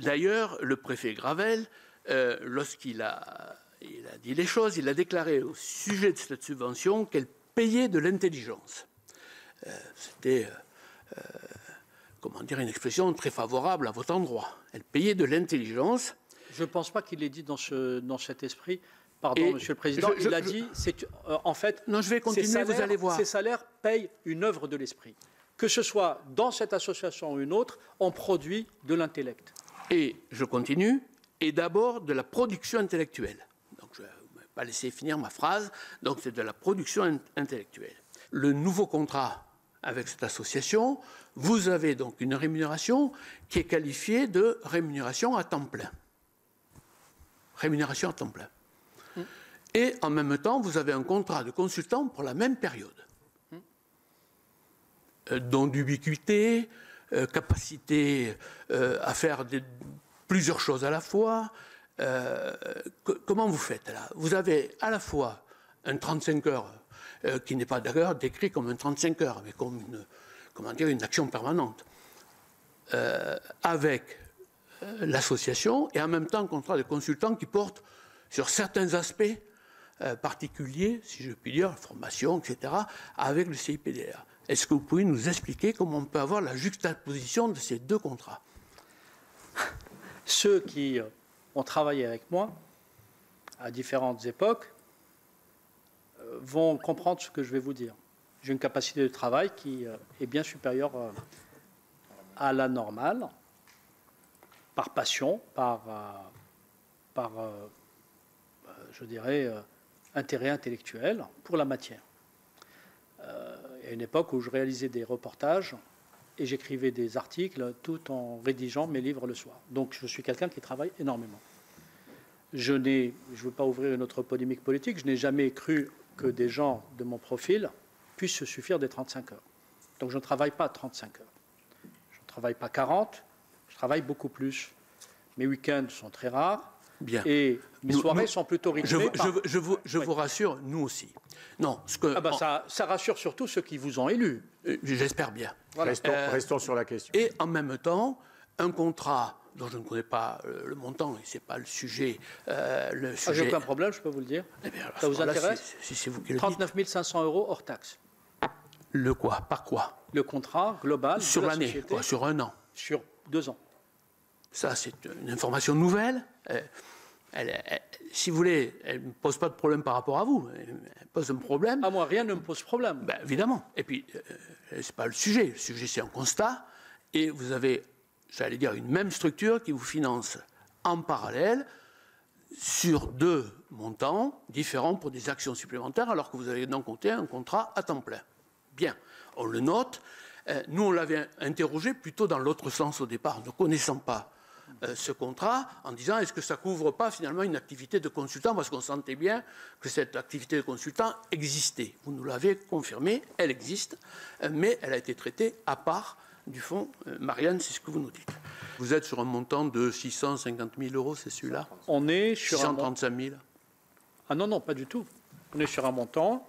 D'ailleurs, le préfet Gravel, lorsqu'il a dit les choses, il a déclaré au sujet de cette subvention qu'elle payait de l'intelligence. C'était, comment dire, une expression très favorable à votre endroit. Elle payait de l'intelligence. Je ne pense pas qu'il l'ait dit dans cet esprit. Pardon, Monsieur le Président. Il a dit, en fait, non, je vais continuer, vous allez voir. Ces salaires payent une œuvre de l'esprit. Que ce soit dans cette association ou une autre, on produit de l'intellect. Et je continue, et d'abord de la production intellectuelle. Donc je ne vais pas laisser finir ma phrase. Donc c'est de la production intellectuelle. Le nouveau contrat avec cette association, vous avez donc une rémunération qui est qualifiée de rémunération à temps plein. Rémunération à temps plein. Et en même temps, vous avez un contrat de consultant pour la même période. Dont d'ubiquité, capacité à faire plusieurs choses à la fois. Comment vous faites là? Vous avez à la fois un 35 heures, qui n'est pas d'ailleurs décrit comme un 35 heures, mais comme une action permanente, avec l'association, et en même temps un contrat de consultant qui porte sur certains aspects particuliers, si je puis dire, formation, etc., avec le CIPDR. Est-ce que vous pouvez nous expliquer comment on peut avoir la juxtaposition de ces deux contrats? Ceux qui ont travaillé avec moi à différentes époques vont comprendre ce que je vais vous dire. J'ai une capacité de travail qui est bien supérieure à la normale, par passion, par je dirais, intérêt intellectuel pour la matière. Il y a une époque où je réalisais des reportages et j'écrivais des articles tout en rédigeant mes livres le soir. Donc je suis quelqu'un qui travaille énormément. Je ne veux pas ouvrir une autre polémique politique, je n'ai jamais cru que des gens de mon profil puissent se suffire des 35 heures. Donc je ne travaille pas 35 heures. Je ne travaille pas 40, je travaille beaucoup plus. Mes week-ends sont très rares. Bien. Et mes soirées sont plutôt rythmées. Je vous rassure, nous aussi. Non, ça rassure surtout ceux qui vous ont élu. J'espère bien. Voilà. Restons sur la question. Et en même temps, un contrat dont je ne connais pas le montant, et ce n'est pas le sujet. J'ai aucun problème, je peux vous le dire. Eh bien, ça vous intéresse? Si c'est vous qui le 39 500 € hors taxe. Le quoi? Par quoi? Le contrat global sur de la l'année, société, sur un an. Sur 2 ans. Ça, c'est une information nouvelle. Si vous voulez, elle ne pose pas de problème par rapport à vous. Elle pose un problème. À moi, rien ne me pose problème. Ben, évidemment. Et puis, ce n'est pas le sujet. Le sujet, c'est un constat. Et vous avez, j'allais dire, une même structure qui vous finance en parallèle sur deux montants différents pour des actions supplémentaires, alors que vous avez d'un côté un contrat à temps plein. Bien. On le note. Nous, on l'avait interrogé plutôt dans l'autre sens au départ, ne connaissant pas ce contrat, en disant est-ce que ça ne couvre pas finalement une activité de consultant, parce qu'on sentait bien que cette activité de consultant existait. Vous nous l'avez confirmé, elle existe, mais elle a été traitée à part du fonds. Marianne, c'est ce que vous nous dites. Vous êtes sur un montant de 650 000 €, c'est celui-là? On est sur 635 000. Ah non, non, pas du tout. On est sur un montant,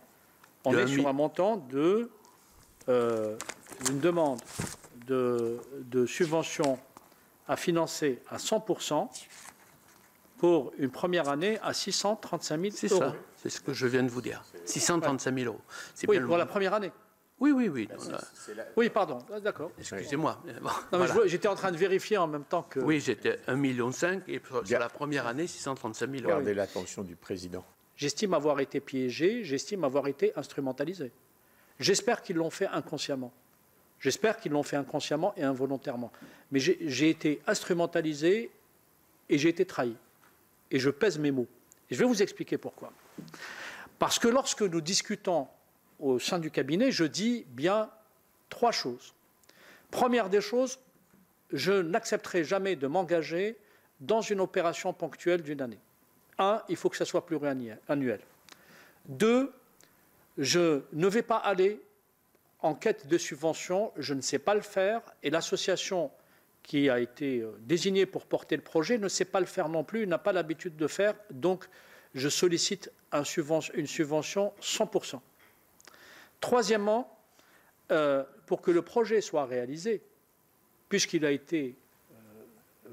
de une demande de subvention à financer à 100% pour une première année à 635 000 €. C'est ça, c'est ce que je viens de vous dire. 635 000 €. Oui, pour la première année. Oui, oui, oui. Oui, pardon, d'accord. Excusez-moi. Bon, voilà. J'étais en train de vérifier en même temps que... Oui, j'étais 1,5 million et sur la première année, 635 000 €. Gardez l'attention du président. J'estime avoir été piégé, j'estime avoir été instrumentalisé. J'espère qu'ils l'ont fait inconsciemment. J'espère qu'ils l'ont fait inconsciemment et involontairement. Mais j'ai été instrumentalisé et j'ai été trahi. Et je pèse mes mots. Et je vais vous expliquer pourquoi. Parce que lorsque nous discutons au sein du cabinet, je dis bien 3 choses. Première des choses, je n'accepterai jamais de m'engager dans une opération ponctuelle d'une année. 1, il faut que ça soit pluriannuel. 2, je ne vais pas aller en quête de subvention, je ne sais pas le faire, et l'association qui a été désignée pour porter le projet ne sait pas le faire non plus, n'a pas l'habitude de faire, donc je sollicite une subvention 100%. Troisièmement, pour que le projet soit réalisé, puisqu'il a été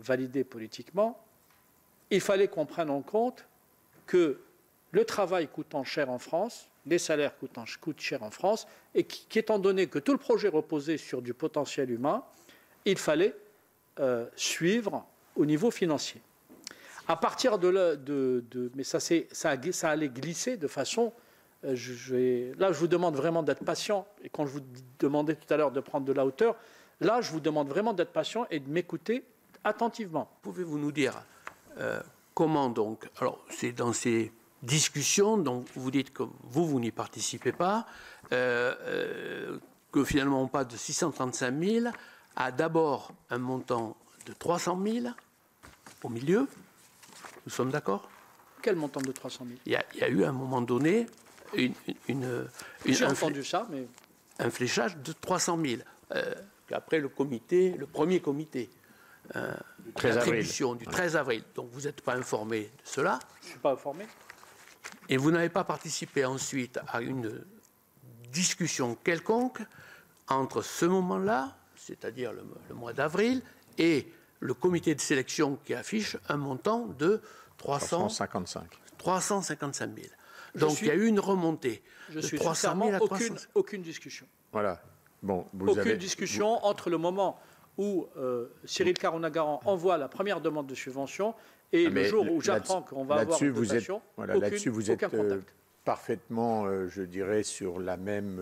validé politiquement, il fallait qu'on prenne en compte que le travail coûtant cher en France, les salaires coûtent cher en France, et qu'étant donné que tout le projet reposait sur du potentiel humain, il fallait suivre au niveau financier. À partir de là, mais ça allait glisser de façon... là, je vous demande vraiment d'être patient. Et quand je vous demandais tout à l'heure de prendre de la hauteur, là, je vous demande vraiment d'être patient et de m'écouter attentivement. Pouvez-vous nous dire comment donc... Alors, c'est dans ces discussions, donc vous dites que vous n'y participez pas, que finalement on passe de 635 000 à d'abord un montant de 300 000 au milieu. Nous sommes d'accord? Quel montant de 300 000? Il y a eu à un moment donné j'ai entendu ça, mais... un fléchage de 300 000. Après le premier comité d'attribution du 13 avril. Donc vous n'êtes pas informé de cela. Je ne suis pas informé. Et vous n'avez pas participé ensuite à une discussion quelconque entre ce moment-là, c'est-à-dire le mois d'avril, et le comité de sélection qui affiche un montant de 355 000. Donc il y a eu une remontée de 300 000 à 300 000. Aucune discussion. Voilà. Bon, aucune discussion entre le moment où Cyril Caronagaran envoie la première demande de subvention et le jour où j'apprends qu'on va avoir une dotation. Là-dessus, vous êtes parfaitement, je dirais, sur la même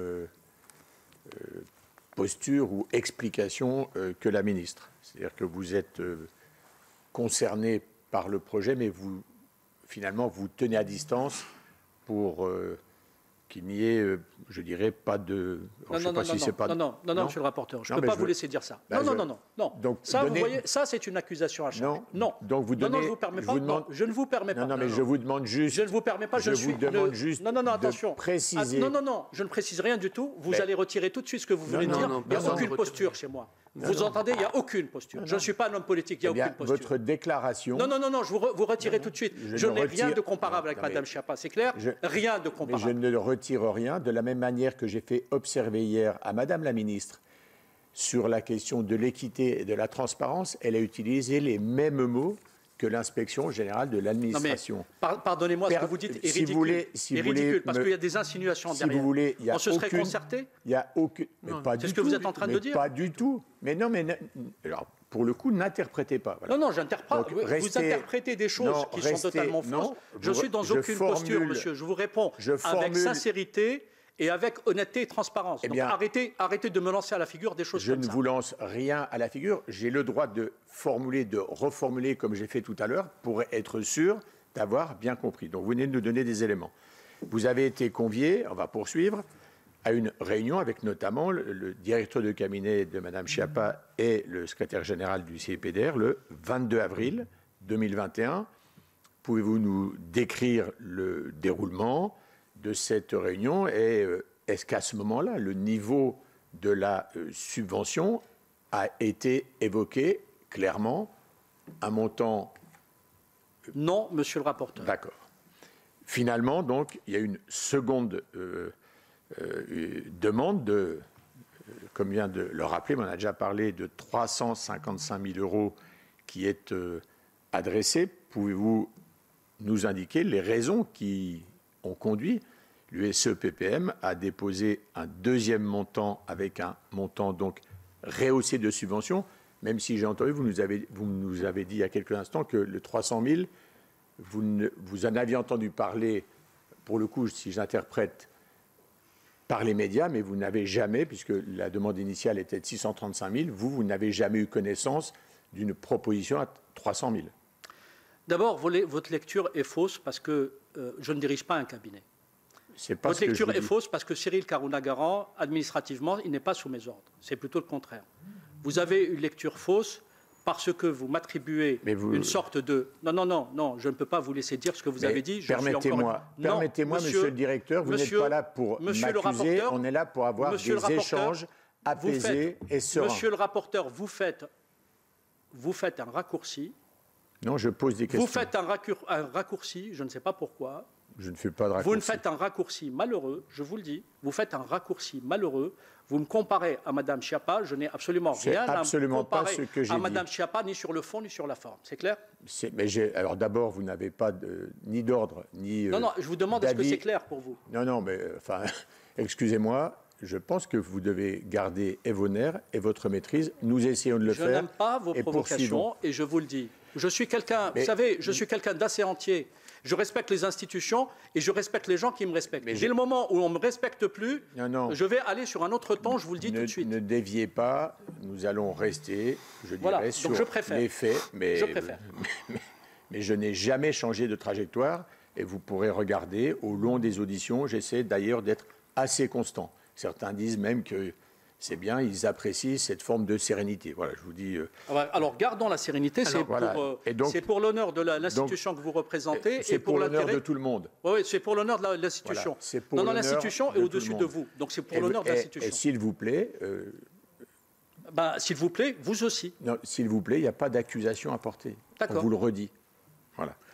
posture ou explication que la ministre. C'est-à-dire que vous êtes concerné par le projet, mais finalement, vous tenez à distance pour qu'il n'y ait, je dirais, pas de... Non, monsieur le rapporteur, je ne peux pas vous laisser dire ça. Non. Donc, ça, vous voyez, ça, c'est une accusation à charge. Non. Donc, vous donnez... Non, je vous permets pas. Non, je ne vous permets pas. Non, mais je vous demande juste... Je ne vous permets pas, je vous demande juste attention. De préciser... Non, je ne précise rien du tout. Vous allez retirer tout de suite ce que vous voulez dire. Il n'y a aucune posture chez moi. Vous entendez, il n'y a aucune posture. Je ne suis pas un homme politique, il n'y a aucune posture. Votre déclaration... Non, vous retirez tout de suite. Je n'ai rien de comparable avec Mme Schiappa, c'est clair? Rien de comparable. Mais je ne retire rien, de la même manière que j'ai fait observer hier à Mme la ministre sur la question de l'équité et de la transparence, elle a utilisé les mêmes mots que l'inspection générale de l'administration. Pardonnez-moi, ce que vous dites est ridicule. Parce qu'il y a des insinuations derrière. Vous voulez, on se serait concerté? Il n'y a aucune... C'est ce que vous êtes en train de dire? Pas du tout. Mais non, mais... Alors, pour le coup, n'interprétez pas. Voilà. Non, j'interprète. Vous interprétez des choses qui sont totalement fausses. Je suis dans aucune posture, monsieur. Je vous réponds avec sincérité et avec honnêteté et transparence. Donc arrêtez de me lancer à la figure des choses comme ça. Je ne vous lance rien à la figure. J'ai le droit de reformuler comme j'ai fait tout à l'heure pour être sûr d'avoir bien compris. Donc vous venez de nous donner des éléments. Vous avez été convié, on va poursuivre, à une réunion avec notamment le directeur de cabinet de Mme Schiappa et le secrétaire général du CIPDR le 22 avril 2021. Pouvez-vous nous décrire le déroulement de cette réunion et est-ce qu'à ce moment-là, le niveau de la subvention a été évoqué clairement, un montant... Non, monsieur le rapporteur. D'accord. Finalement, donc, il y a une seconde demande de, comme vient de le rappeler, mais on a déjà parlé de 355 000 euros qui est adressée. Pouvez-vous nous indiquer les raisons qui ont conduit l'USE-PPM à déposer un deuxième montant avec un montant donc rehaussé de subvention, même si j'ai entendu, vous nous avez dit il y a quelques instants que le 300 000, vous en aviez entendu parler, pour le coup, si j'interprète, par les médias, mais vous n'avez jamais, puisque la demande initiale était de 635 000, vous n'avez jamais eu connaissance d'une proposition à 300 000. D'abord, votre lecture est fausse parce que je ne dirige pas un cabinet. Votre lecture est fausse parce que Cyril Caronagaran, administrativement, il n'est pas sous mes ordres. C'est plutôt le contraire. Vous avez une lecture fausse parce que vous m'attribuez une sorte de... Non, je ne peux pas vous laisser dire ce que vous avez dit. Permettez-moi, monsieur le directeur, vous n'êtes pas là pour m'accuser, on est là pour avoir des échanges apaisés et sereins. Monsieur le rapporteur, vous faites un raccourci. Non, je pose des questions. Vous faites un raccourci, je ne sais pas pourquoi, Je ne fais pas de raccourci. Vous ne faites un raccourci malheureux, je vous le dis, vous faites un raccourci malheureux. Vous me comparez à Mme Schiappa, je n'ai absolument rien à me comparer à Mme Schiappa, ni sur le fond, ni sur la forme. C'est clair? Alors d'abord, vous n'avez pas ni d'ordre, ni non, je vous demande, est-ce que c'est clair pour vous? Non, mais enfin, excusez-moi, je pense que vous devez garder et vos nerfs et votre maîtrise. Nous essayons de le faire. Je n'aime pas vos provocations, et je vous le dis. Je suis quelqu'un, vous savez, je suis quelqu'un d'assez entier. Je respecte les institutions et je respecte les gens qui me respectent. Mais dès le moment où on ne me respecte plus, je vais aller sur un autre ton, je vous le dis tout de suite. Ne déviez pas, nous allons rester, je dirais, sur les faits. Mais, je préfère. Mais je n'ai jamais changé de trajectoire et vous pourrez regarder au long des auditions. J'essaie d'ailleurs d'être assez constant. Certains disent même que c'est bien, ils apprécient cette forme de sérénité. Voilà, je vous dis... Alors, gardons la sérénité, c'est pour l'honneur de l'institution que vous représentez. C'est pour l'honneur de tout le monde. Oui, c'est pour l'honneur de l'institution. Voilà, non, l'institution est au-dessus de vous. Donc, c'est pour l'honneur de l'institution. Et s'il vous plaît... s'il vous plaît, vous aussi. Non, s'il vous plaît, il n'y a pas d'accusation à porter. On vous le redit. Voilà.